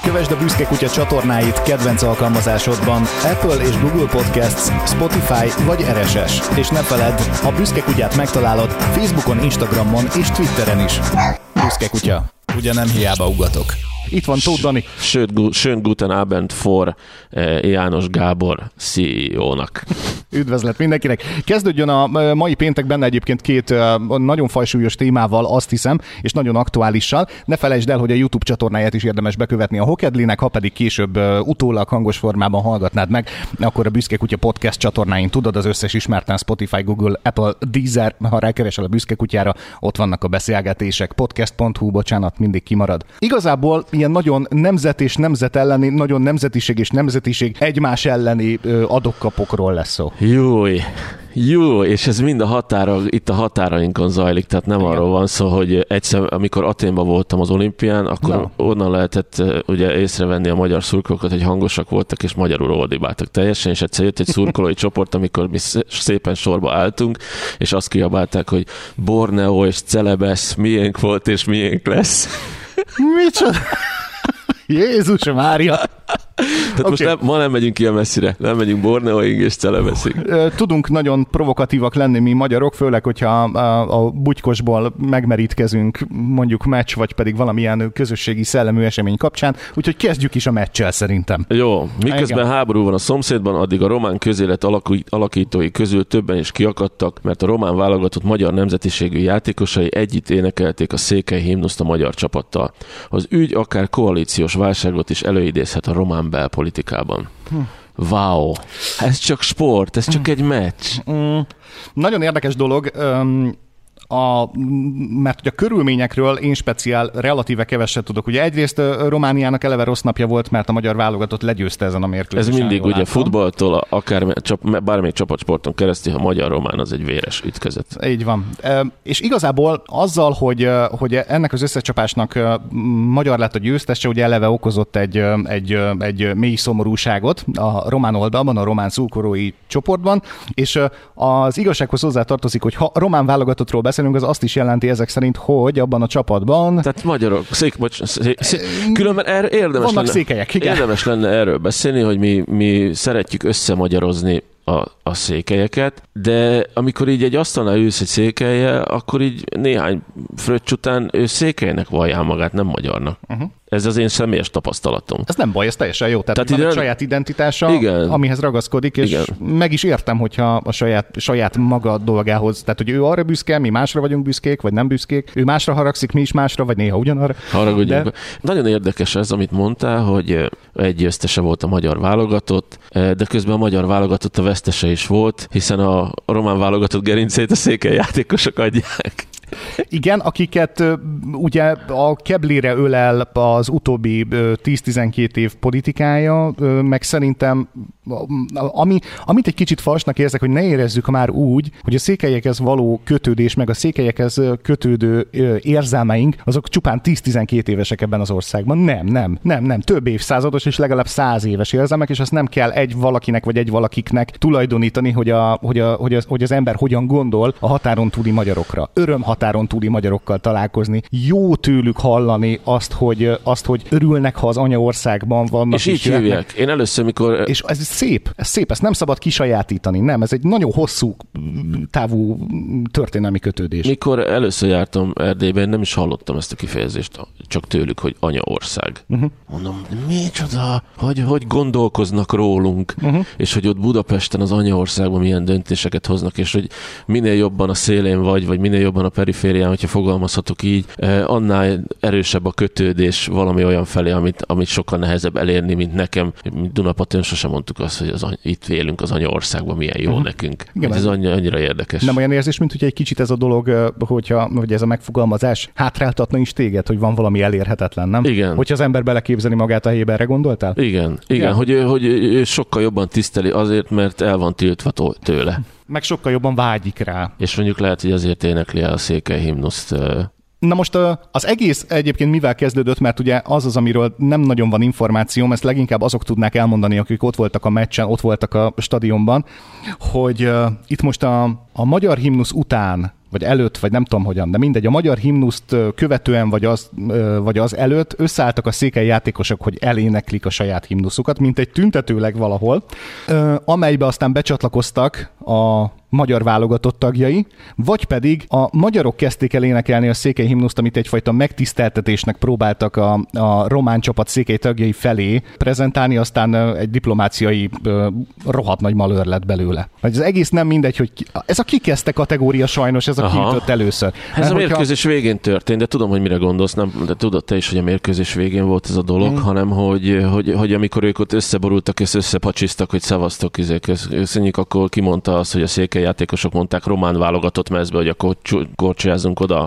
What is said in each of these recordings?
Kövesd a Büszke Kutya csatornáit kedvenc alkalmazásodban, Apple és Google Podcasts, Spotify vagy RSS. És ne feledd, a Büszke Kutyát megtalálod Facebookon, Instagramon és Twitteren is. Büszke Kutya. Ugye nem hiába ugatok. Itt van Tóth Dani. Schönen guten Abend for János Gábor CEO-nak. Üdvözlet mindenkinek. Kezdődjön a mai péntekben egyébként két nagyon fajsúlyos témával, azt hiszem, és nagyon aktuálissal. Ne felejtsd el, hogy a YouTube csatornáját is érdemes bekövetni a Hokedlinek, ha pedig később utólag hangos formában hallgatnád meg, akkor a Büszke Kutya podcast csatornáin tudod, az összes ismerten Spotify, Google, Apple, Deezer, ha rákeresel a Büszke Kutyára, ott vannak a beszélgetések. Podcast.hu, bocsánat, mindig kimarad. Igazából ilyen nagyon nemzet és nemzet elleni, nagyon nemzetiség és nemzetiség egymás elleni adok-kapokról lesz szó. Jó, és ez mind itt a határainkon zajlik, tehát nem arról van szó, hogy egyszer, amikor Athénban voltam az olimpián, akkor onnan lehetett ugye észrevenni a magyar szurkolókat, hogy hangosak voltak, és magyarul ordibáltak teljesen, és egyszer jött egy szurkolói csoport, amikor mi szépen sorba álltunk, és azt kiabálták, hogy Borneo és Celebesz miénk volt, és miénk lesz. Micsoda? Jézus Mária! Tehát most ma nem megyünk ilyen messzire, nem megyünk Borneoig és Celebeszig. Tudunk nagyon provokatívak lenni mi magyarok, főleg, hogyha a bugykosból megmerítkezünk mondjuk meccs, vagy pedig valamilyen közösségi szellemű esemény kapcsán, úgyhogy kezdjük is a meccsel szerintem. Jó, miközben háború van a szomszédban, addig a román közélet alakítói közül többen is kiakadtak, mert a román válogatott magyar nemzetiségű játékosai együtt énekelték a székely himnuszt a magyar csapattal. Az ügy akár koalíciós válságot is előidézhet a román belpolitikában. Wow! Ez csak sport, ez csak egy meccs. Nagyon érdekes dolog, mert ugye a körülményekről én speciál relatíve keveset tudok. Ugye egyrészt Romániának eleve rossz napja volt, mert a magyar válogatott legyőzte ezen a mérkőzésen. Ez mindig ugye futballtól, akár bármelyik csapatsporton keresztül, ha magyar-román, az egy véres ütközet. Így van. És igazából azzal, hogy ennek az összecsapásnak magyar lett a győztese, ugye eleve okozott egy mély szomorúságot a román oldalban, a román szurkolói csoportban, és az igazsághoz hozzá tartozik, hogy ha román válogatottról beszélünk, az azt is jelenti ezek szerint, hogy abban a csapatban... Tehát magyarok, különben érdemes lenne erről beszélni, hogy mi szeretjük összemagyarozni a székelyeket, de amikor így egy asztalnál ülsz egy székellyel, akkor így néhány fröccs után ő székelynek vallja magát, nem magyarnak. Ez az én személyes tapasztalatom. Ez nem baj, ez teljesen jó. Tehát van egy saját identitása, igen, amihez ragaszkodik, és igen, meg is értem, hogyha a saját maga dolgához, tehát hogy ő arra büszke, mi másra vagyunk büszkék, vagy nem büszkék, ő másra haragszik, mi is másra, vagy néha ugyanarra. De... Nagyon érdekes ez, amit mondtál, hogy egy győztese volt a magyar válogatott, de közben a magyar válogatott a vesztese is volt, hiszen a román válogatott gerincét a székely játékosok adják. Igen, akiket ugye a keblére ölel az utóbbi 10-12 év politikája, meg szerintem amit egy kicsit falsnak érzek, hogy ne érezzük már úgy, hogy a székelyekhez való kötődés, meg a székelyekhez kötődő érzelmeink, azok csupán 10-12 évesek ebben az országban. Nem. Több évszázados és legalább 100 éves érzelmek, és azt nem kell egy valakinek vagy egy valakiknek tulajdonítani, hogy az ember hogyan gondol a határon túli magyarokra. Öröm határon túli magyarokkal találkozni. Jó tőlük hallani azt, hogy örülnek, ha az anyaországban vannak. És így hívják. Én először, mikor... És ez szép, ezt nem szabad kisajátítani, nem, ez egy nagyon hosszú távú történelmi kötődés. Mikor először jártam Erdélyben, nem is hallottam ezt a kifejezést, csak tőlük, hogy anyaország. Mondom, micsoda, hogy gondolkoznak rólunk, és hogy ott Budapesten az anyaországban milyen döntéseket hoznak, és hogy minél jobban a szélén vagy minél jobban a periférián, hogyha fogalmazhatok így, annál erősebb a kötődés valami olyan felé, amit sokkal nehezebb elérni, mint nekem. Mint Dunapaton sosem mondtuk azt, hogy itt élünk az anyaországban, milyen jó nekünk. Igen, ez annyira érdekes. Nem olyan érzés, mint hogy egy kicsit ez a dolog, hogy ez a megfogalmazás hátráltatna is téged, hogy van valami elérhetetlen, nem? Igen. Hogyha az ember beleképzeli magát a helyébe, erre gondoltál? Igen. Hogy ő sokkal jobban tiszteli azért, mert el van tiltva tőle. Meg sokkal jobban vágyik rá. És mondjuk lehet, hogy azért énekli el a székely himnuszt. Na most az egész egyébként mivel kezdődött, mert ugye az, amiről nem nagyon van információm, ezt leginkább azok tudnák elmondani, akik ott voltak a meccsen, ott voltak a stadionban, hogy itt most a magyar himnusz után vagy előtt, vagy nem tudom hogyan, de mindegy, a magyar himnuszt követően, vagy az előtt összeálltak a székely játékosok, hogy eléneklik a saját himnuszukat, mint egy tüntetőleg valahol, amelybe aztán becsatlakoztak a magyar válogatott tagjai, vagy pedig a magyarok kezdték el énekelni a székely himnuszt, amit egyfajta megtiszteltetésnek próbáltak a román csapat székely tagjai felé prezentálni, aztán egy diplomáciai rohadt nagy malőr lett belőle. Az egész nem mindegy, hogy ez a kikezdte kategória sajnos, ez a kiütött először. Ez a mérkőzés végén történt, de tudom, hogy mire gondolsz, nem, de tudod te is, hogy a mérkőzés végén volt ez a dolog, hanem hogy amikor ők ott összeborultak és összepacsiztak, hogy szavaztok, köszönjük, akkor kimondta azt, hogy a székely játékosok mondták román válogatott mezbe, hogy akkor korcsolyázzunk oda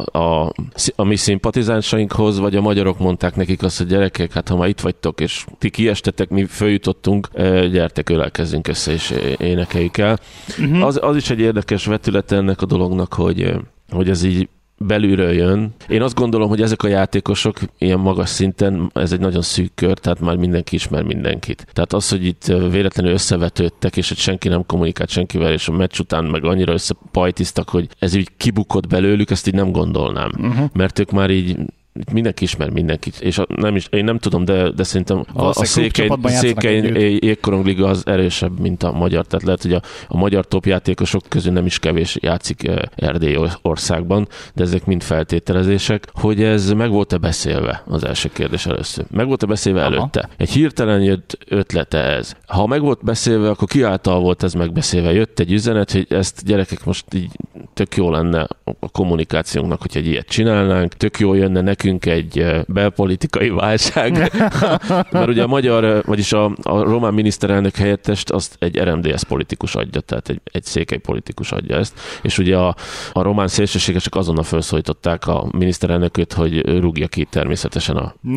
a mi szimpatizánsainkhoz, vagy a magyarok mondták nekik azt, hogy gyerekek, hát ha már itt vagytok, és ti kiestetek, mi följutottunk, gyertek, ölelkezzünk össze, és énekeljük el. Az is egy érdekes vetület ennek a dolognak, hogy ez így belülről jön. Én azt gondolom, hogy ezek a játékosok ilyen magas szinten, ez egy nagyon szűk kör, tehát már mindenki ismer mindenkit. Tehát az, hogy itt véletlenül összevetődtek, és hogy senki nem kommunikált senkivel, és a meccs után meg annyira összepajtiztak, hogy ez így kibukott belőlük, ezt így nem gondolnám. Mert ők már így mindenki ismer mindenkit, és én nem tudom, de szerintem a székely jégkorongliga az erősebb, mint a magyar, tehát lehet, hogy a magyar topjátékosok közül nem is kevés játszik Erdély országban, de ezek mind feltételezések, hogy ez meg volt-e beszélve, az első kérdés először. Meg volt-e beszélve előtte? Egy hirtelen jött ötlete ez. Ha meg volt beszélve, akkor ki által volt ez megbeszélve? Jött egy üzenet, hogy ezt gyerekek most így tök jó lenne a kommunikációnknak, hogyha egy ilyet csinálnánk, tök jó jönne nekünk egy belpolitikai válság, mert ugye a magyar, vagyis a román miniszterelnök helyettest azt egy RMDSZ politikus adja, tehát egy székely politikus adja ezt, és ugye a román szélsőségesek azonnal felszólították a miniszterelnököt, hogy rúgja ki természetesen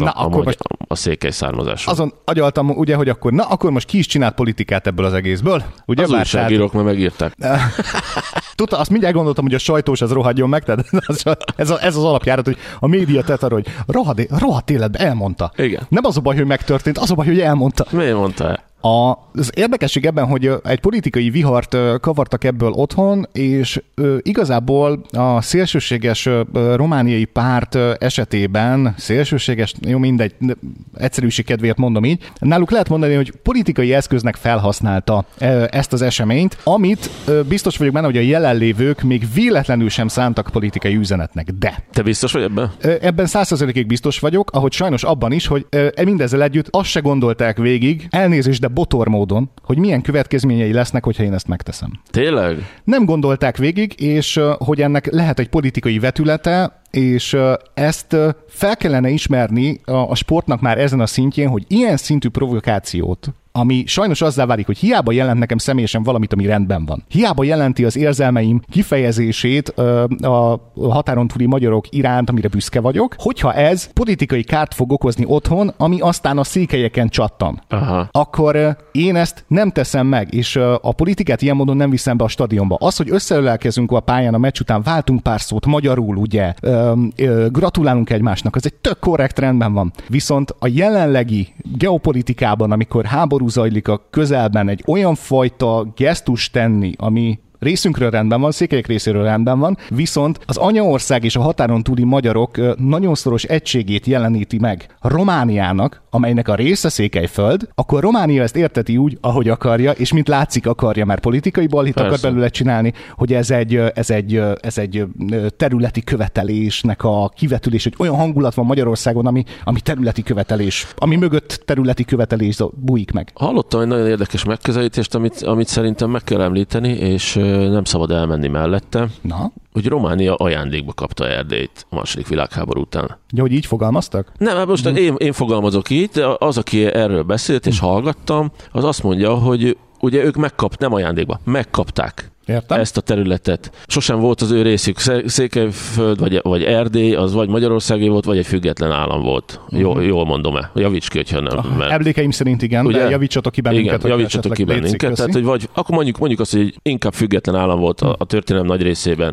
a székely származású. Azon agyaltam ugye, hogy akkor most ki is csinált politikát ebből az egészből? Ugye? Az újságírók már megírták. Tudta, azt mindjárt gondoltam, hogy a sajtós az rohadjon meg, tehát ez az alapjárat, hogy a média tett arra, hogy rohadt életben elmondta. Igen. Nem az a baj, hogy megtörtént, az a baj, hogy elmondta. Miért mondta el? Az érdekesség ebben, hogy egy politikai vihart kavartak ebből otthon, és igazából a szélsőséges romániai párt esetében, szélsőséges, jó mindegy, egyszerűség kedvéért mondom így, náluk lehet mondani, hogy politikai eszköznek felhasználta ezt az eseményt, amit biztos vagyok benne, hogy a jelenlévők még véletlenül sem szántak politikai üzenetnek, de... Te biztos vagy ebben? Ebben 100%-ig biztos vagyok, ahogy sajnos abban is, hogy mindezzel együtt azt se gondolták végig, elnézést, de botor módon, hogy milyen következményei lesznek, hogyha én ezt megteszem. Tényleg? Nem gondolták végig, és hogy ennek lehet egy politikai vetülete, és ezt fel kellene ismerni a sportnak már ezen a szintjén, hogy ilyen szintű provokációt, ami sajnos azzá válik, hogy hiába jelent nekem személyesen valamit, ami rendben van. Hiába jelenti az érzelmeim kifejezését a határon túli magyarok iránt, amire büszke vagyok, hogyha ez politikai kárt fog okozni otthon, ami aztán a székelyeken csattan. Aha. Akkor én ezt nem teszem meg, és a politikát ilyen módon nem viszem be a stadionba. Az, hogy összeölelkezünk a pályán a meccs után, váltunk pár szót magyarul, ugye, gratulálunk egymásnak, az egy tök korrekt, rendben van. Viszont a jelenlegi geopolitikában, amikor háború zajlik a közelben, egy olyan fajta gesztus tenni, ami részünkről rendben van, székelyek részéről rendben van, viszont az anyaország és a határon túli magyarok nagyon szoros egységét jeleníti meg Romániának, amelynek a része Székelyföld, akkor Románia ezt érteti úgy, ahogy akarja, és mint látszik akarja, mert politikai balhit akar belőle csinálni, hogy ez egy területi követelésnek a kivetülés, hogy olyan hangulat van Magyarországon, ami területi követelés, ami mögött területi követelés bújik meg. Hallottam egy nagyon érdekes megközelítést, amit szerintem meg kell említeni, és nem szabad elmenni mellette. Na? Hogy Románia ajándékba kapta Erdélyt a II. Világháború után. Ja, hogy így fogalmaztak? Nem, hát most én fogalmazok így, de az, aki erről beszélt és hallgattam, az azt mondja, hogy ugye ők nem ajándékba, megkapták. Értem? Ezt a területet. Sosem volt az ő részük. Székelyföld vagy Erdély, az vagy Magyarországé volt, vagy egy független állam volt. Jól mondom-e? Javíts ki, hogyha nem. Mert... Emlékeim szerint igen, ugye? De javítsatok ki bennünket. Igen, javítsatok ki bennünket. Tehát, hogy vagy, akkor mondjuk azt, hogy inkább független állam volt a történelem nagy részében.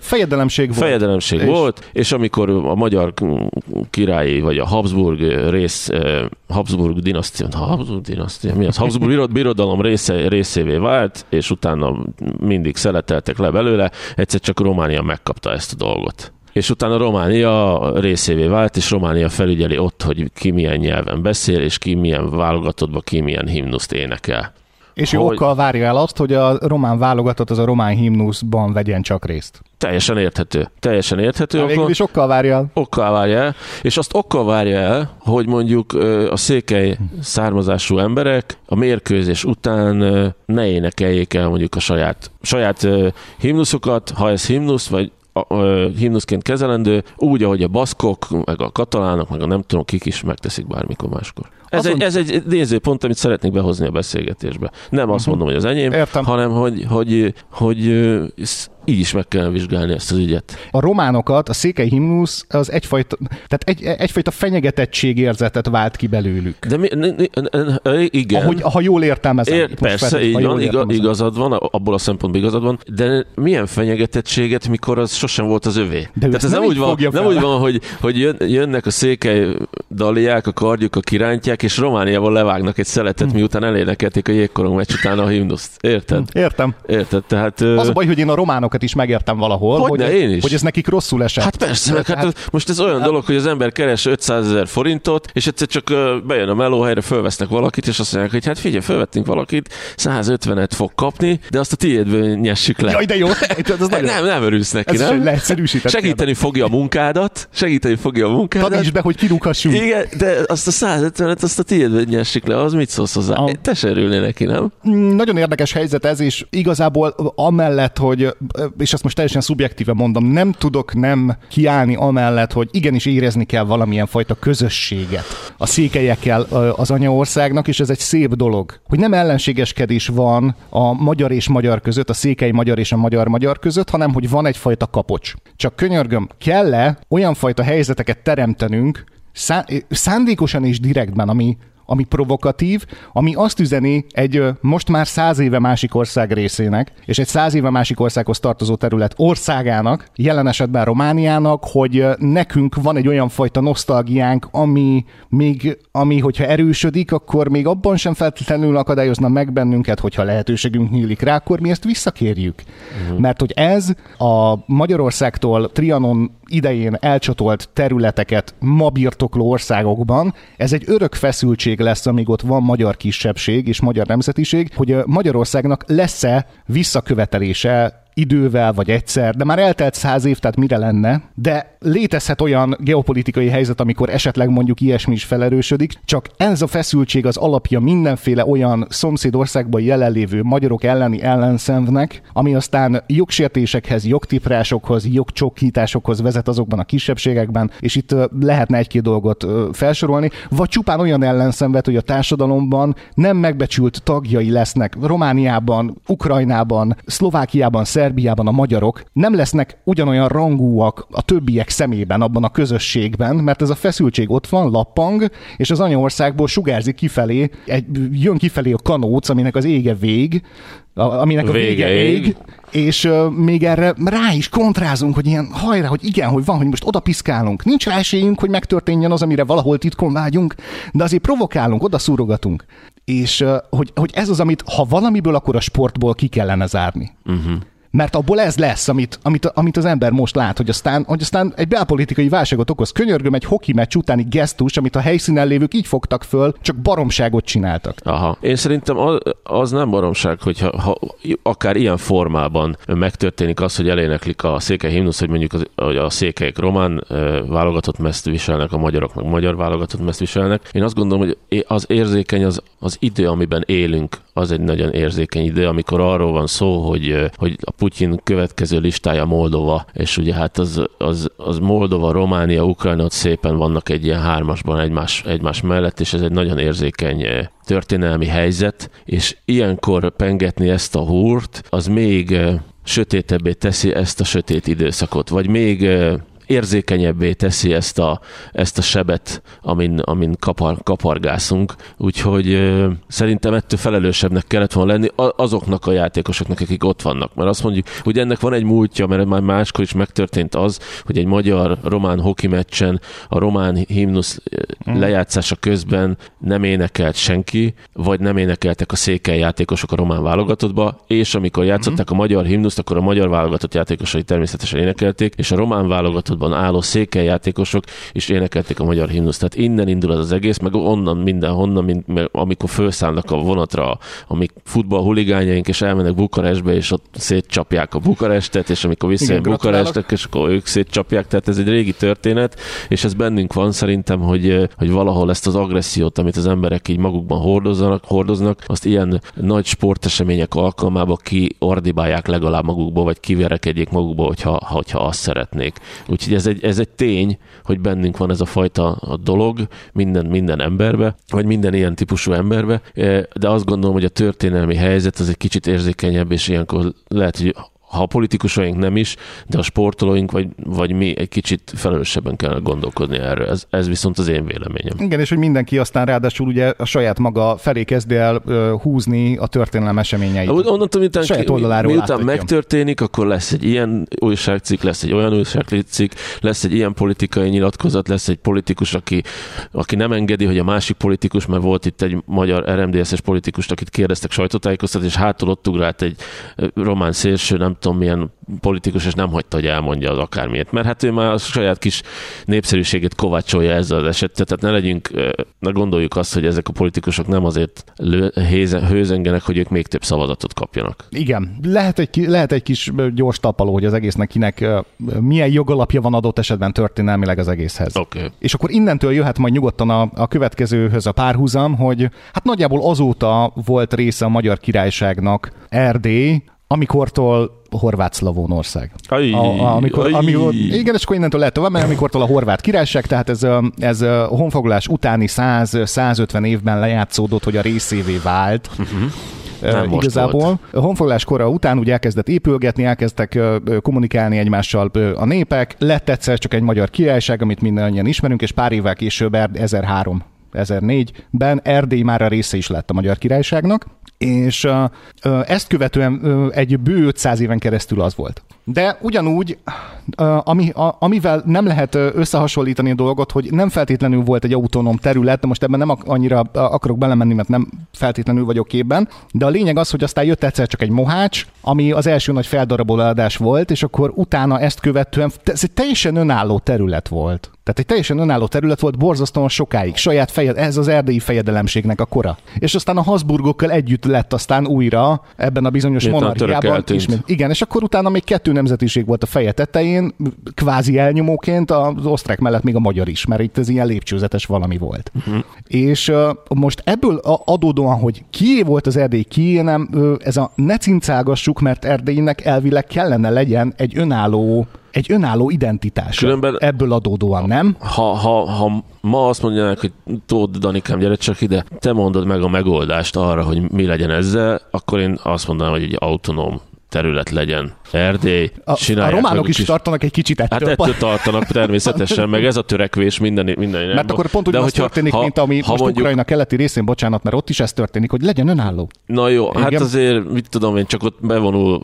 Fejedelemség volt, és amikor a magyar királyi, vagy a Habsburg rész Habsburg dinasztia, mi az? Habsburg birodalom részévé vált, és utána mindig szeleteltek le belőle, egyszer csak Románia megkapta ezt a dolgot. És utána Románia részévé vált, és Románia felügyeli ott, hogy ki milyen nyelven beszél, és ki milyen válogatottban, ki milyen himnuszt énekel. És okkal várja el azt, hogy a román válogatott az a román himnuszban vegyen csak részt. Teljesen érthető. Végül is okkal várja el. Okkal várja el, és azt okkal várja el, hogy mondjuk a székely származású emberek a mérkőzés után ne énekeljék el mondjuk a saját himnuszokat, ha ez himnusz, vagy himnuszként kezelendő, úgy, ahogy a baszkok, meg a katalánok, meg a nem tudom kik is megteszik bármikor máskor. Ez egy nézőpont, amit szeretnék behozni a beszélgetésbe. Nem azt mondom, hogy az enyém, hanem hogy így is meg kell vizsgálni ezt az ügyet. A románokat a székely himnusz az egyfajta fenyegetettségérzetet vált ki belőlük. De igen. Ha jól értelmezem. Persze, így van, igazad van, abból a szempontból igazad van, de milyen fenyegetettséget, mikor az sosem volt az övé. De tehát ez nem úgy van, hogy jönnek a székely daliák, a kardjuk, a kirántják, és Romániában levágnak egy szeletet, miután elénekelték a jégkorong meccs után a himnuszt. Érted? Értem. Tehát, az a baj, hogy én a románokat is megértem valahol, hogy ez nekik rosszul esett. Hát persze, most ez olyan dolog, hogy az ember keres 500 000 forintot, és egyszer csak bejön a melóhelyre, fölvesznek valakit, és azt mondják, hogy hát figyelj, fölvettünk valakit, 150-et fog kapni, de azt a tiédből nyessük le. Jaj, de jó. Nem örülsz neki, nem? Segíteni fogja a munkádat. Tanítsd be, hogy kirúghassunk. Igen, de azt a 150-et, azt a tiédből nyessük le, az mit szólsz hozzá? Te se örülnél neki, nem? Nagyon érdekes helyzet ez, és igazából amellett, hogy, és ezt most teljesen szubjektíve mondom, nem tudok nem kiállni amellett, hogy igenis érezni kell valamilyen fajta közösséget a székelyekkel az anyaországnak, és ez egy szép dolog. Hogy nem ellenségeskedés van a magyar és magyar között, a székely magyar és a magyar között, hanem hogy van egyfajta kapocs. Csak könyörgöm, kell-e olyan fajta helyzeteket teremtenünk, szándékosan és direktben, ami provokatív, ami azt üzeni egy most már 100 éve másik ország részének, és egy 100 éve másik országhoz tartozó terület országának, jelen esetben Romániának, hogy nekünk van egy olyan fajta nosztalgiánk, ami hogyha erősödik, akkor még abban sem feltétlenül akadályozna meg bennünket, hogyha lehetőségünk nyílik rá, akkor mi ezt visszakérjük. Mert hogy ez a Magyarországtól Trianon idején elcsatolt területeket ma birtokló országokban, ez egy örök feszültség lesz, amíg ott van magyar kisebbség és magyar nemzetiség, hogy Magyarországnak lesz-e visszakövetelése idővel vagy egyszer, de már eltelt 100 év, tehát mire lenne, de létezhet olyan geopolitikai helyzet, amikor esetleg mondjuk ilyesmi is felerősödik, csak ez a feszültség az alapja mindenféle olyan szomszédországban jelenlévő magyarok elleni ellenszenvnek, ami aztán jogsértésekhez, jogtiprásokhoz, jogcsókításokhoz vezet azokban a kisebbségekben, és itt lehetne egy-két dolgot felsorolni, vagy csupán olyan ellenszenvet, hogy a társadalomban nem megbecsült tagjai lesznek Romániában, Ukrajnában, Szlovákiában, Szerbiában a magyarok, nem lesznek ugyanolyan rangúak a többiek szemében abban a közösségben, mert ez a feszültség ott van, lappang, és az anyaországból sugárzik kifelé, jön kifelé a kanóc, aminek az ége vég, aminek a vége ég, és még erre rá is kontrázunk, hogy ilyen hajrá, hogy igen, hogy van, hogy most oda piszkálunk. Nincs rá esélyünk, hogy megtörténjen az, amire valahol titkon vágyunk, de azért provokálunk, oda szúrogatunk. És hogy ez az, amit ha valamiből, akkor a sportból ki kellene zárni. Mert abból ez lesz, amit az ember most lát, hogy aztán egy belpolitikai válságot okoz. Könyörgöm, egy hoki meccs utáni gesztus, amit a helyszínen lévők így fogtak föl, csak baromságot csináltak. Aha. Én szerintem az nem baromság, hogyha akár ilyen formában megtörténik az, hogy eléneklik a székely himnusz, hogy mondjuk a székelyek román válogatott mezt viselnek, a magyarok meg magyar válogatott mezt viselnek. Én azt gondolom, hogy az érzékeny az idő, amiben élünk, az egy nagyon érzékeny idő, amikor arról van szó, hogy a Putyin következő listája Moldova, és ugye hát az Moldova, Románia, Ukrajna ott szépen vannak egy ilyen hármasban egymás mellett, és ez egy nagyon érzékeny történelmi helyzet, és ilyenkor pengetni ezt a húrt, az még sötétebbé teszi ezt a sötét időszakot, vagy még érzékenyebbé teszi ezt a sebet, amin kapargászunk. Úgyhogy szerintem ettől felelősebbnek kellett volna lenni azoknak a játékosoknak, akik ott vannak. Mert azt mondjuk, hogy ennek van egy múltja, mert már máskor is megtörtént az, hogy egy magyar-román hoki meccsen a román himnusz lejátszása közben nem énekelt senki, vagy nem énekeltek a székely játékosok a román válogatottba, és amikor játszották a magyar himnuszt, akkor a magyar válogatott játékosai természetesen énekelték, és a román válogatottban álló székely játékosok is énekelték a magyar himnuszt. Tehát innen indul az egész, meg onnan mindenhonnan, amikor felszállnak a vonatra a mi futballhuligányaink, és elmennek Bukarestbe, és ott szétcsapják a Bukarestet, és amikor visszajön Bukarestet, és akkor ők szétcsapják. Tehát ez egy régi történet, és ez bennünk van szerintem, hogy valahol ezt az agressziót, amit az emberek így magukban hordoznak, azt ilyen nagy sportesemények alkalmába kiordibálják legalább magukból, vagy kiverekedjék magukból, hogyha azt szeretnék. Úgyhogy ez egy tény, hogy bennünk van ez a fajta dolog minden emberbe, vagy minden ilyen típusú emberbe, de azt gondolom, hogy a történelmi helyzet az egy kicsit érzékenyebb, és ilyenkor lehet, hogy ha a politikusaink nem is, de a sportolóink vagy mi egy kicsit felelősebben kell gondolkodni erről. Ez viszont az én véleményem. Igen, és hogy mindenki aztán ráadásul ugye a saját maga felé kezd el húzni a történelem eseményeit. Onnantól, miután megtörténik, akkor lesz egy ilyen újságcikk, lesz egy olyan újságcikk, lesz egy ilyen politikai nyilatkozat, lesz egy politikus, aki nem engedi, hogy a másik politikus, mert volt itt egy magyar RMDSZ-es politikust, akit kérdeztek sajtótájékoztatást, és hátul ott ugrált egy román szélső, nem tudom milyen politikus, és nem hagyta, hogy elmondja az akármilyet. Mert hát ő már a saját kis népszerűségét kovácsolja ezzel az esettel, tehát ne gondoljuk azt, hogy ezek a politikusok nem azért hőzengenek, hogy ők még több szavazatot kapjanak. Igen. Lehet egy kis gyors tapaló, hogy az egésznek kinek milyen jogalapja van adott esetben történelmileg az egészhez. Okay. És akkor innentől jöhet majd nyugodtan a következőhöz a párhuzam, hogy hát nagyjából azóta volt része a Magyar Királyságnak Erdély, amikortól Horvát-Szlavónország. Igen, és akkor innentől lehet tovább, mert amikortól a Horvát Királyság, tehát ez a honfoglalás utáni 100-150 évben lejátszódott, hogy a részévé vált. Igazából a honfoglalás kora után úgy elkezdett épülgetni, elkezdtek kommunikálni egymással a népek, lett egyszer csak egy Magyar Királyság, amit mindannyian ismerünk, és pár évvel később 1004-ben Erdély már a része is lett a Magyar Királyságnak, és ezt követően egy bő 500 éven keresztül az volt. De ugyanúgy, amivel nem lehet összehasonlítani a dolgot, hogy nem feltétlenül volt egy autonóm terület, de most ebben nem annyira akarok belemenni, mert nem feltétlenül vagyok képben, de a lényeg az, hogy aztán jött egyszer csak egy Mohács, ami az első nagy feldarabolás volt, és akkor utána ezt követően ez egy teljesen önálló terület volt. Tehát egy teljesen önálló terület volt borzasztóan sokáig, ez az erdélyi fejedelemségnek a kora. És aztán a Habsburgokkal együtt lett aztán újra ebben a bizonyos monarchiában. Igen, és akkor utána még 2 nemzetiség volt a feje tetején, kvázi elnyomóként, az osztrák mellett még a magyar is, mert itt ez ilyen lépcsőzetes valami volt. És most ebből adódóan, hogy kié volt az Erdély, kié nem, ez a ne cincálgassuk, mert Erdélynek elvileg kellene legyen egy önálló identitás. Különben ebből adódóan, nem? Ha ma azt mondják, hogy Tóth Danikám, gyere csak ide, te mondod meg a megoldást arra, hogy mi legyen ezzel, akkor én azt mondanám, hogy egy autonóm terület legyen Erdély. A románok is tartanak egy kicsit ettől. Hát ettől tartanak természetesen, meg ez a törekvés minden. Mert akkor pont ugyanaz történik, mint ami most mondjuk, Ukrajna keleti részén, bocsánat, mert ott is ez történik, hogy legyen önálló. Na jó, igen? Hát azért, mit tudom én, csak ott bevonul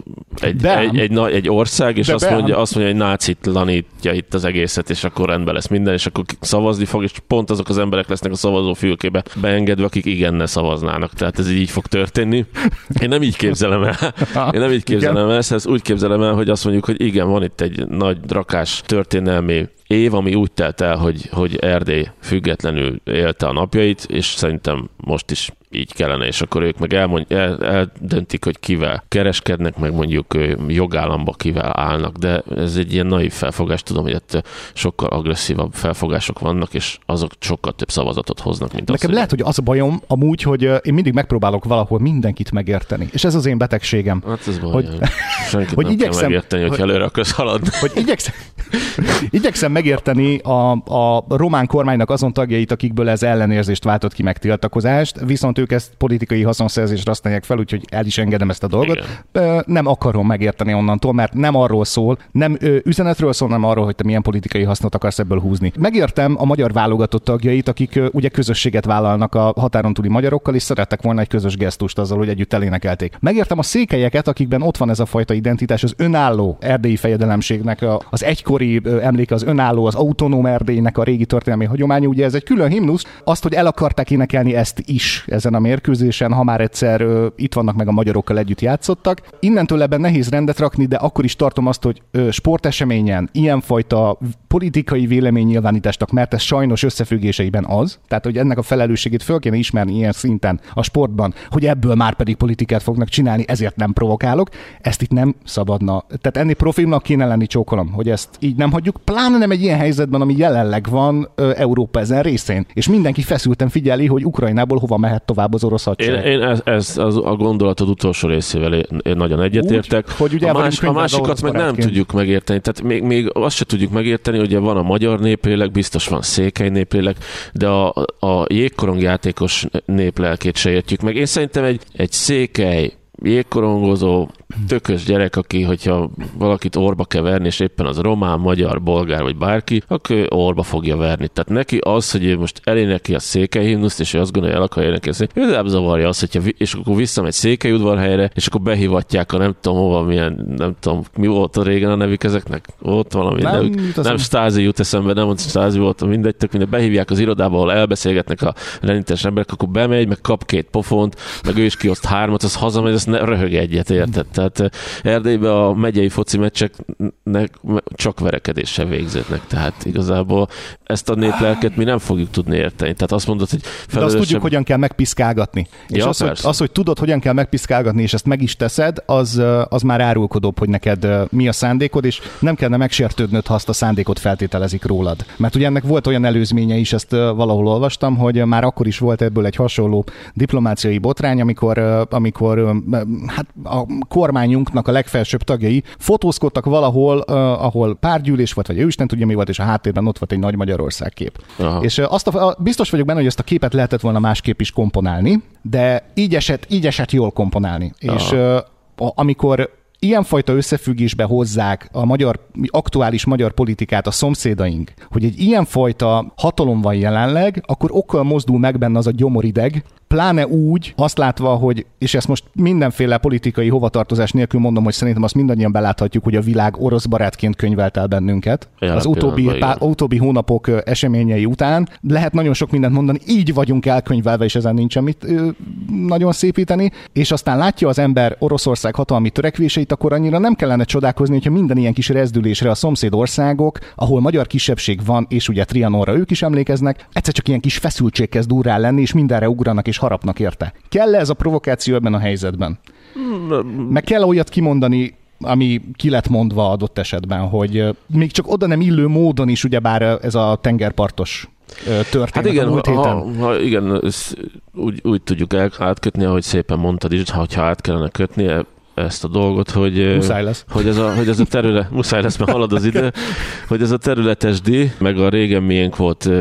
egy ország, és azt mondja, hogy nácitlanítja itt az egészet, és akkor rendben lesz minden, és akkor szavazni fog, és pont azok az emberek lesznek a szavazófülkébe beengedve, akik igennel szavaznának. Tehát ez így fog történni. Én nem így képzelem el. Ezt úgy képzelem el, hogy azt mondjuk, hogy igen, van itt egy nagy rakás történelmi év, ami úgy telt el, hogy Erdély függetlenül élte a napjait, és szerintem most is így kellene, és akkor ők meg eldöntik, hogy kivel kereskednek, meg mondjuk jogállamba kivel állnak, de ez egy ilyen naív felfogás, tudom, hogy itt sokkal agresszívabb felfogások vannak, és azok sokkal több szavazatot hoznak, mint nekem lehet, hogy az a bajom amúgy, hogy én mindig megpróbálok valahol mindenkit megérteni, és ez az én betegségem. Hát ez baj, senkit nem kell megérteni, hogy előre akarsz haladni. Hogy igyekszem megérteni a román kormánynak azon tagjait, akikből ez ellenérzést váltott ki, meg tiltakozást, viszont ők ezt politikai haszonszerzésre használják fel, úgyhogy el is engedem ezt a dolgot. Nem akarom megérteni onnantól, mert nem arról szól, nem üzenetről szól, nem arról, hogy te milyen politikai hasznot akarsz ebből húzni. Megértem a magyar válogatott tagjait, akik ugye közösséget vállalnak a határon túli magyarokkal, és szerettek volna egy közös gesztust azzal, hogy együtt elénekelték. Megértem a székelyeket, akikben ott van ez a fajta identitás, az önálló erdélyi fejedelemségnek az egykori emléke, az önálló, az autonóm Erdélynek a régi történelmi hagyománya, ugye ez egy külön himnusz, azt, hogy el akarták énekelni ezt is ezen a mérkőzésen, ha már egyszer itt vannak meg a magyarokkal együtt játszottak. Innentől ebben nehéz rendet rakni, de akkor is tartom azt, hogy sporteseményen ilyenfajta politikai véleménynyilvánításnak, mert ez sajnos összefüggéseiben az, tehát hogy ennek a felelősségét föl kéne ismerni ilyen szinten a sportban, hogy ebből már pedig politikát fognak csinálni, ezért nem provokálok. Ezt itt nem szabadna. Tehát ennél profilnak kéne lenni, csókolom, hogy ezt így nem hagyjuk, pláne nem egy ilyen helyzetben, ami jelenleg van Európa ezen részén. És mindenki feszülten figyeli, hogy Ukrajnából hova mehet tovább az orosz hadsereg. Én a gondolatod utolsó részével én nagyon egyetértek. Hogy ugye a másikat meg nem tudjuk megérteni. Tehát még azt se tudjuk megérteni, hogy van a magyar néplélek, biztos van székely néplélek, de a jégkorong játékos néplelkét se értjük meg. Én szerintem egy székely jégkorongozó, tökös gyerek, aki, hogyha valakit orba kell verni, és éppen az román, magyar, bolgár vagy bárki, akkor ő orba fogja verni. Tehát neki az, hogy ő most eléneki a székely himnuszt, és ő azt gondolja, el akar énekelni, ő nem zavarja azt, hogyha, és akkor visszamegy Székelyudvarhelyre, és akkor behivatják a nem tudom hova, milyen, nem tudom, mi volt a régen a nevük ezeknek? Ott valami nevük. Nem Stázi jut eszembe, nem ott Stázi volt, mindegy, tök minden. Behívják az irodába, ahol elbeszélgetnek a lenites emberek, akkor bemegy, meg kap 2 pofont, meg ő is kioszt 3-at, az hazamegy, azt röhög egyet, érted? Tehát Erdélyben a megyei foci meccseknek csak verekedéssel végzetnek, tehát igazából ezt a néplelket mi nem fogjuk tudni érteni. Tehát azt mondod, hogy de azt tudjuk, hogyan kell megpiszkálgatni. És az, hogy tudod, hogyan kell megpiszkálgatni, és ezt meg is teszed, az már árulkodóbb, hogy neked mi a szándékod, és nem kellene megsértődnöd, ha azt a szándékot feltételezik rólad. Mert ugye ennek volt olyan előzménye is, ezt valahol olvastam, hogy már akkor is volt ebből egy hasonló diplomáciai botrány, amikor hát a kormányunknak a legfelsőbb tagjai fotózkodtak valahol, ahol párgyűlés volt, vagy ő Isten tudja mi volt, és a háttérben ott volt egy nagy Magyarország kép. Aha. És biztos vagyok benne, hogy ezt a képet lehetett volna másképp is komponálni, de így esett jól komponálni. Aha. És amikor ilyenfajta összefüggésbe hozzák a aktuális magyar politikát a szomszédaink, hogy egy ilyenfajta hatalom van jelenleg, akkor okkal mozdul meg benne az a gyomorideg, pláne úgy, azt látva, hogy, és ezt most mindenféle politikai hovatartozás nélkül mondom, hogy szerintem azt mindannyian beláthatjuk, hogy a világ orosz barátként könyvelt el bennünket. Az utóbbi hónapok eseményei után. Lehet nagyon sok mindent mondani, így vagyunk elkönyvelve, és ezen nincsen mit nagyon szépíteni, és aztán látja az ember Oroszország hatalmi törekvéseit, akkor annyira nem kellene csodálkozni, hogyha minden ilyen kis rezdülésre a szomszéd országok, ahol magyar kisebbség van, és ugye Trianonra ők is emlékeznek, egyszer csak ilyen kis feszültség kezd durrá lenni, és mindenre ugranak és harapnak érte. Kell ez a provokáció ebben a helyzetben? Meg kell olyat kimondani, ami ki lett mondva adott esetben, hogy még csak oda nem illő módon is ugyebár ez a tengerpartos történet. Hát igen, igen, úgy tudjuk átkötni, ahogy szépen mondtad is, ha át kellene kötni ezt a dolgot, hogy ez a terület, muszáj lesz, mert halad az idő, hogy ez a területes díj, meg a régen miénk volt,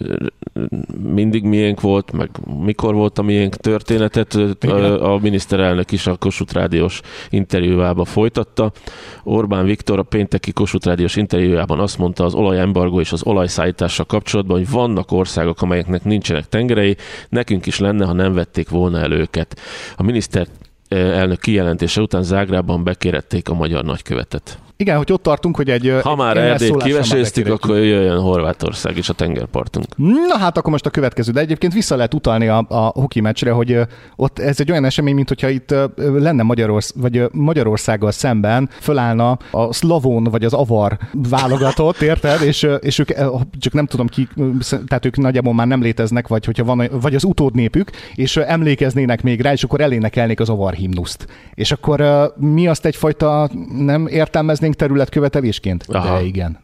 mindig miénk volt, meg mikor volt a miénk történetet, a miniszterelnök is a Kossuth Rádiós interjújában folytatta. Orbán Viktor a pénteki Kossuth Rádiós interjújában azt mondta az olajembargó és az olajszállítással kapcsolatban, hogy vannak országok, amelyeknek nincsenek tengerei, nekünk is lenne, ha nem vették volna el őket. A miniszter elnök kijelentése után Zágrában bekérették a magyar nagykövetet. Igen, hogy ott tartunk, hogy egy... Ha már Erdélyt kiveséztük, akkor jöjjön Horvátország is a tengerpartunk. Na hát akkor most a következő, de egyébként vissza lehet utalni a hoki meccsre, hogy ott ez egy olyan esemény, mint hogyha itt lenne Magyarországgal szemben fölállna a szlavón vagy az avar válogatott, érted? És ők csak nem tudom ki, tehát ők nagyjából már nem léteznek, vagy hogyha van, vagy az utódnépük, és emlékeznének még rá, és akkor elénekelnék az avar himnuszt. És akkor mi azt egyfajta nem értelmeznénk területkövetelésként? Aha. De igen.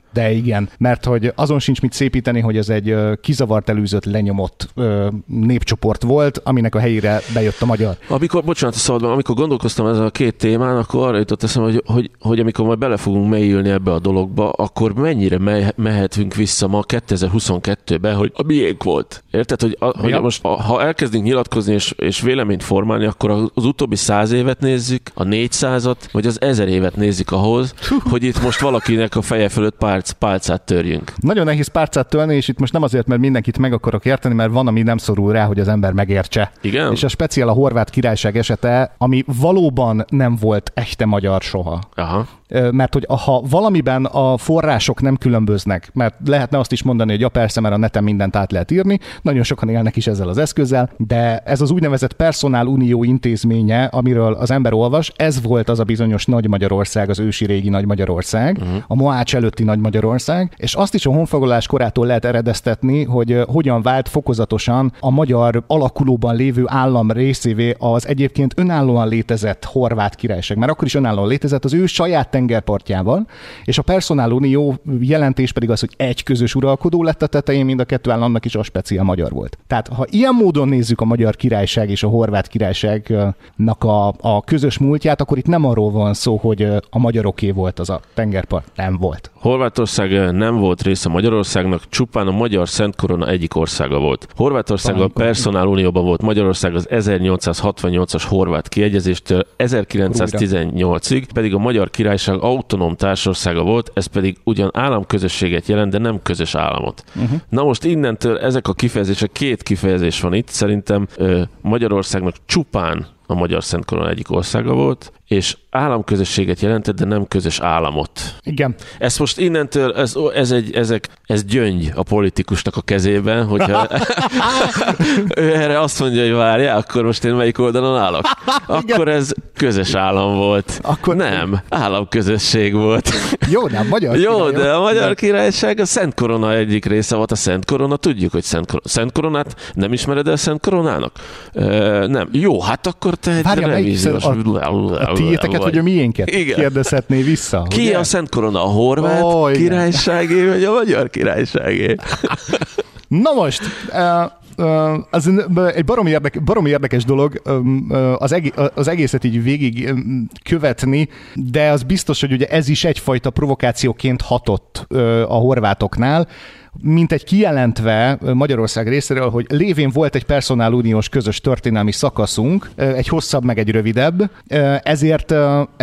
De igen, mert hogy azon sincs mit szépíteni, hogy ez egy kizavart, elűzött, lenyomott népcsoport volt, aminek a helyére bejött a magyar. Amikor gondolkoztam ezen a két témán, akkor arra jutott eszembe, hogy amikor majd bele fogunk mélyülni ebbe a dologba, akkor mennyire mehetünk vissza ma 2022-ben, hogy a miénk volt. Érted? Hogy most, ha elkezdünk nyilatkozni és véleményt formálni, akkor az utóbbi 100 évet nézzük, a 400-at, vagy az 1000 évet nézzük ahhoz, hogy itt most valakinek a feje fölött pálcát törjünk. Nagyon nehéz pálcát törni, és itt most nem azért, mert mindenkit meg akarok érteni, mert van, ami nem szorul rá, hogy az ember megértse. Igen? És a speciál a Horvát Királyság esete, ami valóban nem volt echte magyar soha. Aha. Mert hogy ha valamiben a források nem különböznek, mert lehetne azt is mondani, hogy persze, mert a neten mindent át lehet írni, nagyon sokan élnek is ezzel az eszközzel, de ez az úgynevezett Personál Unió intézménye, amiről az ember olvas, ez volt az a bizonyos Nagy Magyarország, az ősi régi Nagy Magyarország, a Mohács előtti Nagy Magyarország, és azt is a honfoglalás korától lehet eredeztetni, hogy hogyan vált fokozatosan a magyar alakulóban lévő állam részévé az egyébként önállóan létezett Horvát Királyság. Mert akkor is önállóan létezett az ő saját tengerpartjával, és a Personál Unió jelentés pedig az, hogy egy közös uralkodó lett a tetején, mind a kettő államnak is a speciál magyar volt. Tehát ha ilyen módon nézzük a Magyar Királyság és a Horvát Királyságnak a közös múltját, akkor itt nem arról van szó, hogy a magyaroké volt az a tengerpart. Nem volt. Horvátország nem volt része Magyarországnak, csupán a Magyar Szent Korona egyik országa volt. Horvátország a Personál Unióban volt, Magyarország az 1868-as horvát kiegyezéstől 1918-ig, pedig a Magyar Királyság autonóm társországa volt, ez pedig ugyan államközösséget jelent, de nem közös államot. Na most innentől ezek a kifejezések, két kifejezés van itt, szerintem Magyarországnak csupán a Magyar Szent Korona egyik országa volt, és államközösséget jelentett, de nem közös államot. Igen. Ez most innentől, ez gyöngy a politikusnak a kezében, hogyha ő erre azt mondja, hogy várjál, akkor most én melyik oldalon állok? Akkor ez közös állam volt. Akkor nem, államközösség volt. Jó, de a Magyar Jó, de a Magyar Királyság a Szent Korona egyik része volt. A Szent Korona, tudjuk, hogy Szent Koronát nem ismered el Szent Koronának? Nem. Jó, hát akkor te egy revíziós... Tiéteket, vagy a miénket? Igen. Kérdezhetné vissza. Ki ugye? A Szent Korona? A Horvát Királyságé, vagy a Magyar Királyságé? Na most, az egy baromi érdekes dolog az egészet így végig követni, de az biztos, hogy ugye ez is egyfajta provokációként hatott a horvátoknál, mint egy kijelentve Magyarország részéről, hogy lévén volt egy Personál Uniós közös történelmi szakaszunk, egy hosszabb, meg egy rövidebb, ezért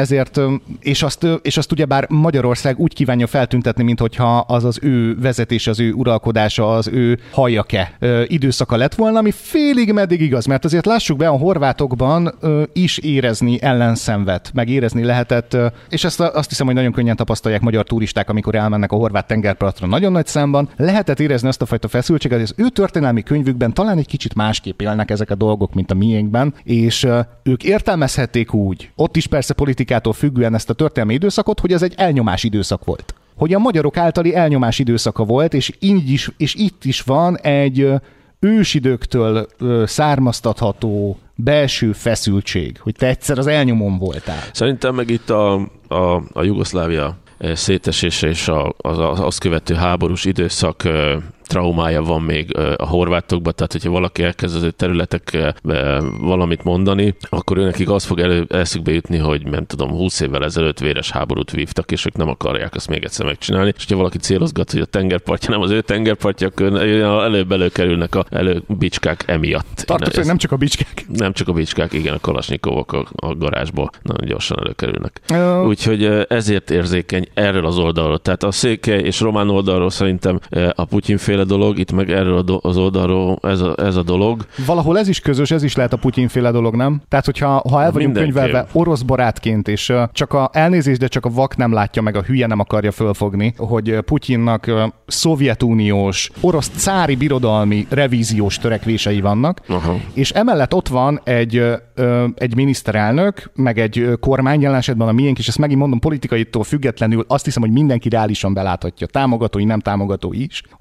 és azt ugyebár Magyarország úgy kívánja feltüntetni, minthogyha az az ő vezetés, az ő uralkodása, az ő hajjake időszaka lett volna, ami félig meddig igaz, mert azért lássuk be, a horvátokban is érezni ellenszenvet, meg érezni lehetett, és azt hiszem, hogy nagyon könnyen tapasztalják magyar turisták, amikor elmennek a horvát tengerpartra nagyon nagy számban, lehetett érezni azt a fajta feszültséget, hogy az ő történelmi könyvükben talán egy kicsit másképp élnek ezek a dolgok, mint a miénkben, és ők értelmezhették úgy, ott is persze politikától függően ezt a történelmi időszakot, hogy ez egy elnyomás időszak volt. Hogy a magyarok általi elnyomás időszaka volt, és itt is van egy ősidőktől származtatható belső feszültség, hogy te egyszer az elnyomón voltál. Szerintem meg itt a Jugoszlávia szétesése és azt követő háborús időszak traumája van még a horvátokban, tehát hogyha valaki elkezd az ő területek valamit mondani, akkor őnekik az fog eszükbe jutni, hogy nem tudom, 20 évvel ezelőtt véres háborút vívtak, és ők nem akarják azt még egyszer megcsinálni. És hogyha valaki célozgat, hogy a tengerpartja nem az ő tengerpartja, akkor előbb előkerülnek a bicskák emiatt. Tartok, nem csak a bicskák. Nem csak a bicskák, igen, a kalasnyikovok a garázsból nagyon gyorsan előkerülnek. Úgyhogy ezért érzékeny erről az oldalról. Tehát a székely és román oldalról szerintem a Putyin dolog, itt meg erről az oldalról ez a dolog. Valahol ez is közös, ez is lehet a Putyin-féle dolog, nem? Tehát, hogyha el vagyunk könyvelve orosz barátként, és csak elnézést, de csak a vak nem látja meg, a hülye nem akarja fölfogni, hogy Putyinnak szovjetuniós, orosz cári birodalmi revíziós törekvései vannak, és emellett ott van egy miniszterelnök, meg egy kormány, jelen esetben a miénk, és ezt megint mondom, politikaitól függetlenül azt hiszem, hogy mindenki reálisan beláthatja, támogatói, nem támogatói is, hogy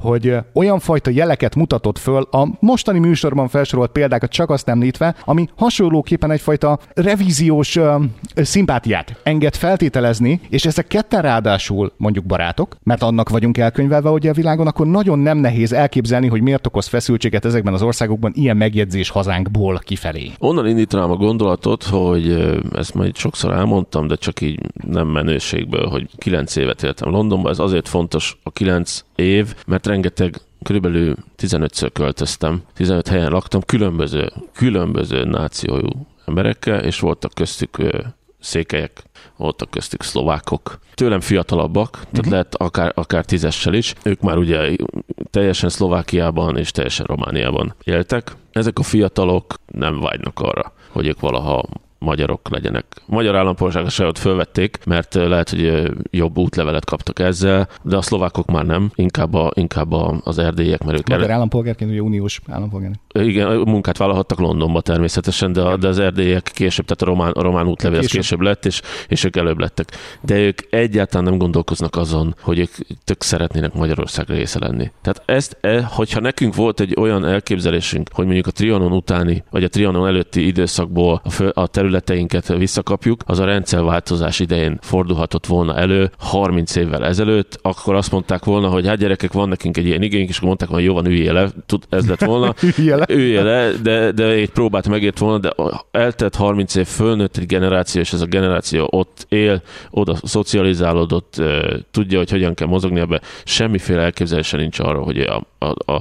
olyan fajta jeleket mutatott föl a mostani műsorban felsorolt példákat csak azt említve, ami hasonlóképpen egyfajta revíziós szimpátiát enged feltételezni, és ezek ketten ráadásul mondjuk barátok, mert annak vagyunk elkönyvelve ugye a világon, akkor nagyon nem nehéz elképzelni, hogy miért okoz feszültséget ezekben az országokban ilyen megjegyzés hazánkból kifelé. Onnan indítanám a gondolatot, hogy ezt majd sokszor elmondtam, de csak így nem menőségből, hogy 9 évet éltem Londonban. Ez azért fontos a 9 év, mert rengeteg, körülbelül 15-ször költöztem, 15 helyen laktam, különböző nációjú emberekkel, és voltak köztük székelyek, voltak köztük szlovákok. Tőlem fiatalabbak, tehát lehet akár 10-essel is. Ők már ugye teljesen Szlovákiában és teljesen Romániában éltek. Ezek a fiatalok nem vágynak arra, hogy ők valaha magyarok legyenek. Magyar állampolgárságot fölvették, mert lehet, hogy jobb útlevelet kaptak ezzel, de a szlovákok már nem, inkább az erdélyiek, mert ők... Magyar állampolgárként, ugye uniós állampolgárként. Igen, munkát vállalhattak Londonba természetesen, de az erdélyiek később, tehát a román útlevél később lett, és ők előbb lettek. De ők egyáltalán nem gondolkoznak azon, hogy ők tök szeretnének Magyarország része lenni. Tehát hogyha nekünk volt egy olyan elképzelésünk, hogy mondjuk a Trianon utáni, vagy a Trianon előtti időszakból a területeinket visszakapjuk, az a rendszerváltozás idején fordulhatott volna elő 30 évvel ezelőtt, akkor azt mondták volna, hogy hát gyerekek, van nekünk egy ilyen igényünk, és akkor mondták, hogy jó van, üljél le, ez lett volna. Üljél le, de egy próbát megért volna, de eltelt 30 év, fölnőtt egy generáció, és ez a generáció ott él, oda szocializálódott, tudja, hogy hogyan kell mozogni ebbe. Semmiféle elképzelése nincs arra, hogy a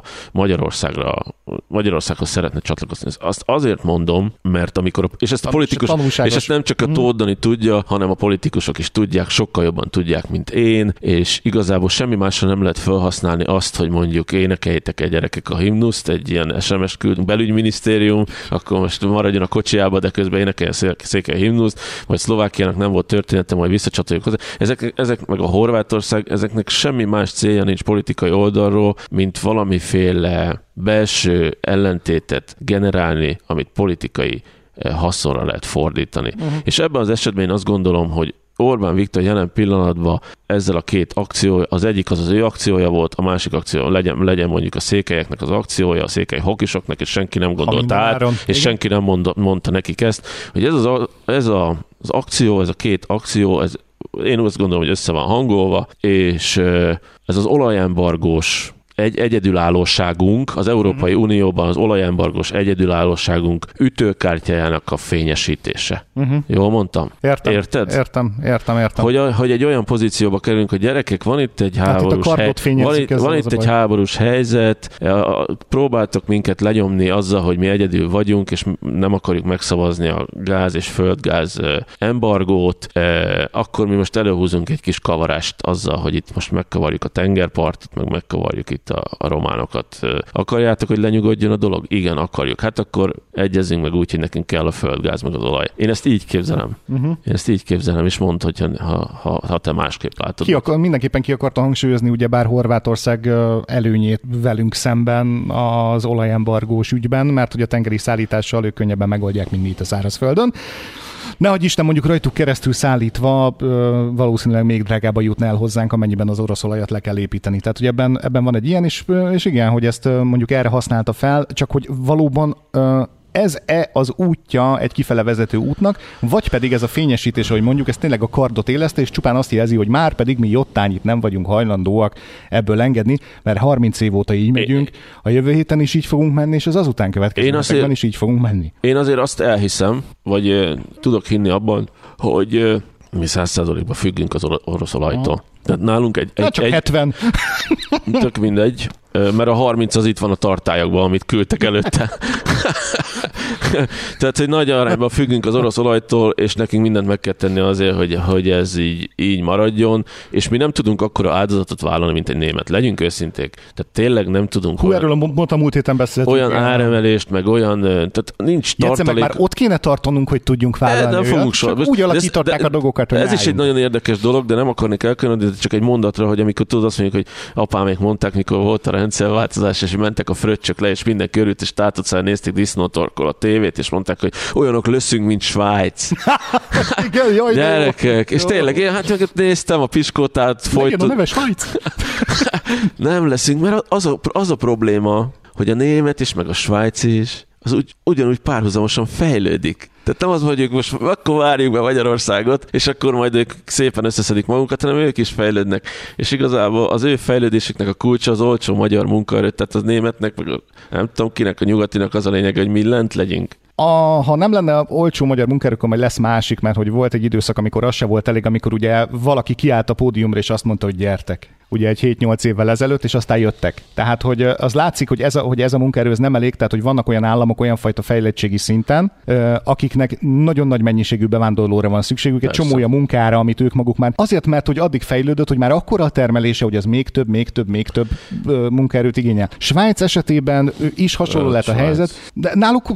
Magyarországhoz szeretne csatlakozni. Azt azért mondom, mert amikor, és ezt a politikus, és ezt nem csak a Tóth Dani tudja, hanem a politikusok is tudják, sokkal jobban tudják, mint én, és igazából semmi másra nem lehet felhasználni azt, hogy mondjuk énekeljétek egy gyerekek a himnuszt, egy ilyen SMS-t küldünk, belügyminisztérium, akkor most maradjon a kocsiába, de közben énekeljen székely himnuszt, vagy Szlovákiának nem volt története, majd visszacsatoljuk hozzá. Ezek meg a Horvátország, ezeknek semmi más célja nincs politikai oldalról, mint valamiféle belső ellentétet generálni, amit politikai haszonra lehet fordítani. És ebben az esetben én azt gondolom, hogy Orbán Viktor jelen pillanatban ezzel a két akció, az egyik az ő akciója volt, a másik akció legyen mondjuk a székelyeknek az akciója, a székely hokisoknak, és senki nem gondolt át, és senki nem mondta nekik ezt, hogy ez az akció, ez a két akció, én azt gondolom, hogy össze van hangolva, és ez az olajembargós egyedülállóságunk, az Európai Unióban az olajembargós egyedülállóságunk ütőkártyájának a fényesítése. Jól mondtam? Érted? Értem. Hogy egy olyan pozícióba kerülünk, hogy gyerekek, van itt egy háborús helyzet, próbáltok minket lenyomni azzal, hogy mi egyedül vagyunk, és nem akarjuk megszavazni a gáz és földgáz embargót, akkor mi most előhúzunk egy kis kavarást azzal, hogy itt most megkavarjuk a tengerpartot, meg megkavarjuk itt a románokat. Akarjátok, hogy lenyugodjon a dolog? Igen, akarjuk. Hát akkor egyezünk meg úgy, hogy nekünk kell a földgáz, meg az olaj. Én ezt így képzelem. És mondd, hogy ha te másképp látod. Mindenképpen ki akarta hangsúlyozni, ugyebár Horvátország előnyét velünk szemben az olajembargós ügyben, mert hogy a tengeri szállítással ők könnyebben megoldják, mint mi itt a szárazföldön. Nehogy Isten, mondjuk rajtuk keresztül szállítva valószínűleg még drágába jutna el hozzánk, amennyiben az orosz olajat le kell építeni. Tehát, hogy ebben van egy ilyen, és igen, hogy ezt mondjuk erre használta fel, csak hogy valóban ez-e az útja egy kifele vezető útnak, vagy pedig ez a fényesítés, ahogy mondjuk, ez tényleg a kardot éleszte, és csupán azt jelzi, hogy már pedig mi jottányit nem vagyunk hajlandóak ebből engedni, mert 30 év óta így megyünk, a jövő héten is így fogunk menni, és az azután következő hetekben is így fogunk menni. Én azért azt elhiszem, vagy tudok hinni abban, hogy mi 100%-ban függünk az orosz olajtól. Tehát nálunk csak 70. Tök mindegy, mert a 30 az itt van a tartályokban, amit küldtek előtte. Tehát, hogy nagy arányban függünk az orosz olajtól, és nekünk mindent meg kell tenni azért, hogy ez így maradjon, és mi nem tudunk akkora áldozatot vállalni, mint egy német. Legyünk őszinték. Tehát tényleg nem tudunk erről a múlt héten beszéltünk. Olyan áremelést, meg olyan, tehát nincs tartalék. Meg már ott kéne tartanunk, hogy tudjunk vállalni. Nem fogunk úgy alakították a dolgokat, hogy ez is egy nagyon érdekes dolog, de nem akarnék elkönyvelni, csak egy mondatra, hogy amikor tudod azt mondjuk, hogy apámék mondták, mikor volt a rendszerváltozás, és mentek a fröccsök le, és mindenki örült, és tátott nézték disznótorkol a tévét, és mondták, hogy olyanok leszünk, mint Svájc. Igen, jaj, gyerekek, és tényleg, én hát néztem a piskótát, folyton. A neve Svájc. Nem leszünk, mert az a probléma, hogy a német is, meg a svájci is, az ugyanúgy párhuzamosan fejlődik. Tehát nem az, hogy ők most akkor várjuk be Magyarországot, és akkor majd ők szépen összeszedik magunkat, hanem ők is fejlődnek. És igazából az ő fejlődésüknek a kulcsa az olcsó magyar munkaerő, tehát az németnek, meg nem tudom kinek, a nyugatinak az a lényeg, hogy mi lent legyünk. Ha nem lenne olcsó magyar munkaerő, akkor majd lesz másik, mert hogy volt egy időszak, amikor az se volt elég, amikor ugye valaki kiállt a pódiumra, és azt mondta, hogy gyertek. Ugye egy 7-8 évvel ezelőtt, és aztán jöttek. Tehát, hogy az látszik, hogy ez a munkaerő ez nem elég, tehát, hogy vannak olyan államok olyan fajta fejlettségi szinten, akiknek nagyon nagy mennyiségű bevándorlóra van szükségük, egy csomó olyan munkára, amit ők maguk már. Azért, mert hogy addig fejlődött, hogy már akkora a termelése, hogy az még több munkaerőt igényel. Svájc esetében is hasonló lett a helyzet, de náluk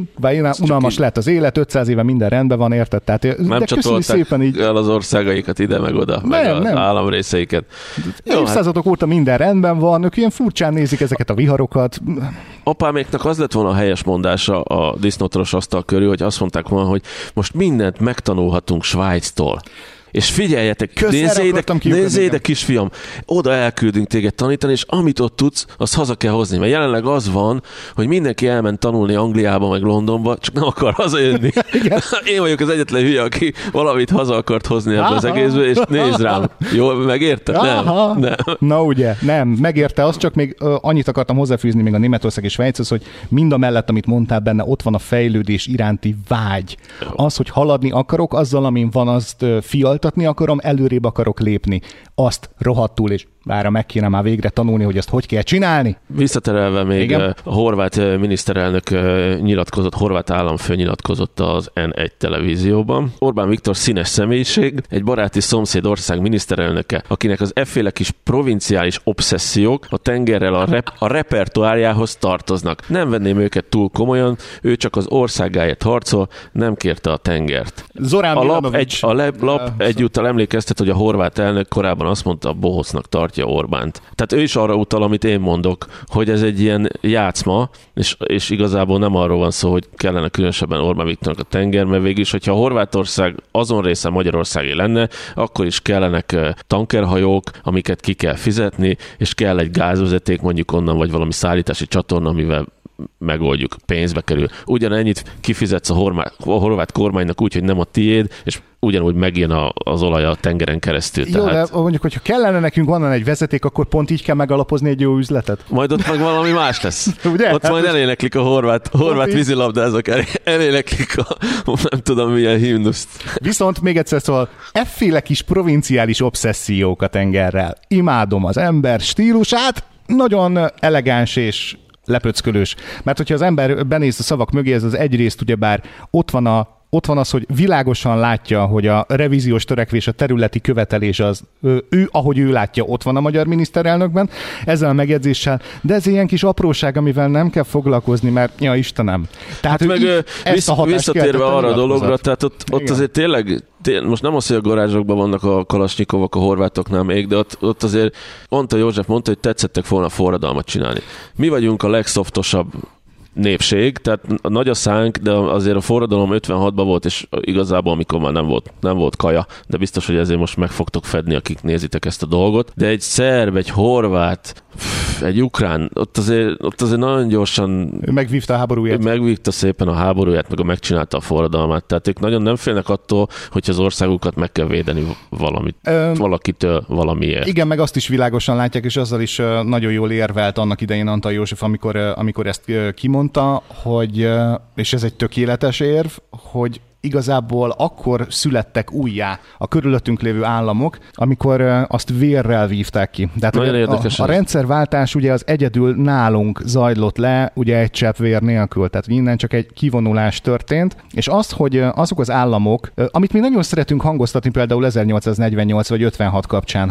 unalmas lett az élet, 500 éve minden rendben van, érted? Tehát, nem csatolták el az országaikat ide meg oda, meg az államrészeiket. Évszázadok óta minden rendben van, ők ilyen furcsán nézik ezeket a viharokat. Apáméknak az lett volna a helyes mondása a disznótoros asztal körül, hogy azt mondták volna, hogy most mindent megtanulhatunk Svájctól. És figyeljetek, nézzé ide, kisfiam, oda elküldünk téged tanítani, és amit ott tudsz, azt haza kell hozni. Mert jelenleg az van, hogy mindenki elment tanulni Angliába, meg Londonba, csak nem akar hazajönni. Én vagyok az egyetlen hülye, aki valamit haza akart hozni ebbe az egészbe, és nézd rám. Jól megérte? Nem. Na ugye, nem. Megérte, azt csak még annyit akartam hozzáfűzni még a Németország és Svájchoz, hogy mind a mellett, amit mondtál benne, ott van a fejlődés iránti vágy. Az, hogy haladni akarok, azzal, amin van, azt fialtatni akarom, előrébb akarok lépni. Azt rohadtul, és bár meg kéne már végre tanulni, hogy ezt hogy kell csinálni. Visszaterelve még igen? A horvát miniszterelnök nyilatkozott, horvát államfő nyilatkozott az N1 televízióban. Orbán Viktor színes személyiség, egy baráti szomszéd ország miniszterelnöke, akinek az efféle kis provinciális obszessziók a tengerrel a repertoárjához tartoznak. Nem venném őket túl komolyan, ő csak az országáért harcol, nem kérte a tengert. Zorán a lap egyúttal emlékeztet, hogy a horvát elnök korábban azt mondta, Bohosznak tartja Orbánt. Tehát ő is arra utal, amit én mondok, hogy ez egy ilyen játszma, és igazából nem arról van szó, hogy kellene különösebben Orbán Viktornak a tenger, mert végülis, hogyha Horvátország azon része Magyarországé lenne, akkor is kellenek tankerhajók, amiket ki kell fizetni, és kell egy gázvezeték mondjuk onnan, vagy valami szállítási csatorna, amivel megoldjuk, pénzbe kerül. Ugyanennyit kifizetsz a horvát kormánynak úgy, hogy nem a tiéd, és ugyanúgy megjön az olaj a tengeren keresztül. Jó, tehát... de mondjuk, hogyha kellene nekünk onnan egy vezeték, akkor pont így kell megalapozni egy jó üzletet. Majd ott meg valami más lesz. Ugye? Ott majd eléneklik a horvát vízilabdázók, eléneklik a nem tudom milyen himnuszt. Viszont még egyszer szóval, efféle kis provinciális obszessziók a tengerrel. Imádom az ember stílusát, nagyon elegáns és lepöckölős. Mert hogyha az ember benéz a szavak mögé, ez az egyrészt ugyebár ott van az, hogy világosan látja, hogy a revíziós törekvés, a területi követelés az ahogy ő látja, ott van a magyar miniszterelnökben, ezzel a megjegyzéssel, de ez ilyen kis apróság, amivel nem kell foglalkozni, mert ja Istenem. Tehát hát meg visszatérve arra a dologra, tehát ott azért tényleg most nem az, hogy a garázsokban vannak a kalasnyikovok a horvátoknál még, de ott azért József mondta, hogy tetszettek volna forradalmat csinálni. Mi vagyunk a legszoftosabb népség, tehát nagy a szánk, de azért a forradalom 56-ban volt, és igazából amikor már nem volt kaja, de biztos, hogy ezért most meg fogtok fedni, akik nézitek ezt a dolgot. De egy szerb, egy horvát, egy ukrán, ott azért nagyon gyorsan megvívta a háborúját. Megvívta szépen a háborúját, meg megcsinálta a forradalmat. Tehát ők nagyon nem félnek attól, hogy az országukat meg kell védeni valakitől valamiért. Igen, meg azt is világosan látják, és azzal is nagyon jól érvelt annak idején Antal József, amikor ezt kimondta, hogy, és ez egy tökéletes érv, hogy igazából akkor születtek újjá a körülöttünk lévő államok, amikor azt vérrel vívták ki. Tehát a rendszerváltás ugye az egyedül nálunk zajlott le, ugye egy csepp vér nélkül, tehát innen csak egy kivonulás történt, és az, hogy azok az államok, amit mi nagyon szeretünk hangoztatni például 1848 vagy 56 kapcsán,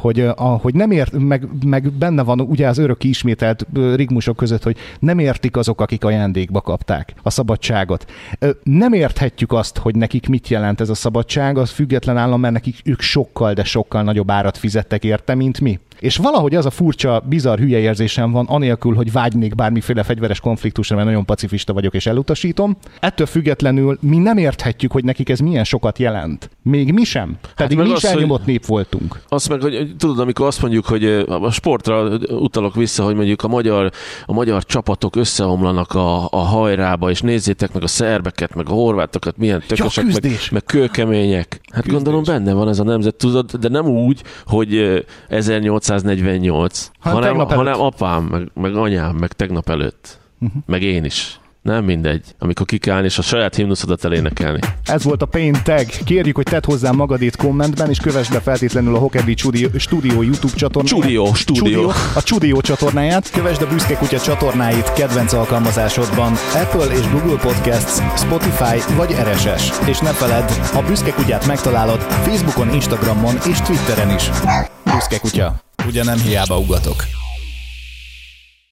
hogy nem ért, meg benne van ugye az örök ismételt rigmusok között, hogy nem értik azok, akik ajándékba kapták a szabadságot. Nem érthetjük azt, hogy nekik mit jelent ez a szabadság, az független állam, mert nekik ők sokkal, de sokkal nagyobb árat fizettek érte, mint mi. És valahogy az a furcsa, bizarr hülye érzésem van, anélkül, hogy vágynék bármiféle fegyveres konfliktusra, mert nagyon pacifista vagyok és elutasítom. Ettől függetlenül mi nem érthetjük, hogy nekik ez milyen sokat jelent. Még mi sem. Pedig mi is elnyomott nép voltunk. Azt meg, hogy tudod, amikor azt mondjuk, hogy a sportra utalok vissza, hogy mondjuk a magyar csapatok összeomlanak a hajrába, és nézzétek meg a szerbeket, meg a horvátokat, milyen tökösek, meg kőkemények. Hát gondolom benne van ez a nemzet, tudod, de nem úgy, hogy 1848, hanem apám, meg anyám, meg tegnap előtt. Meg én is. Nem mindegy, amikor kikálni és a saját himnuszodat elénekelni. Ez volt a Pain Tag. Kérjük, hogy tedd hozzá magadét kommentben, és kövessd be feltétlenül a Hokedli Studio YouTube csatornáját. Studio. A Studio csatornáját. Kövessd a Büszke Kutya csatornáit kedvenc alkalmazásodban. Apple és Google Podcasts, Spotify vagy RSS. És ne feledd, a Büszke Kutyát megtalálod Facebookon, Instagramon és Twitteren is. Büszke Kutya. Ugye nem hiába ugatok.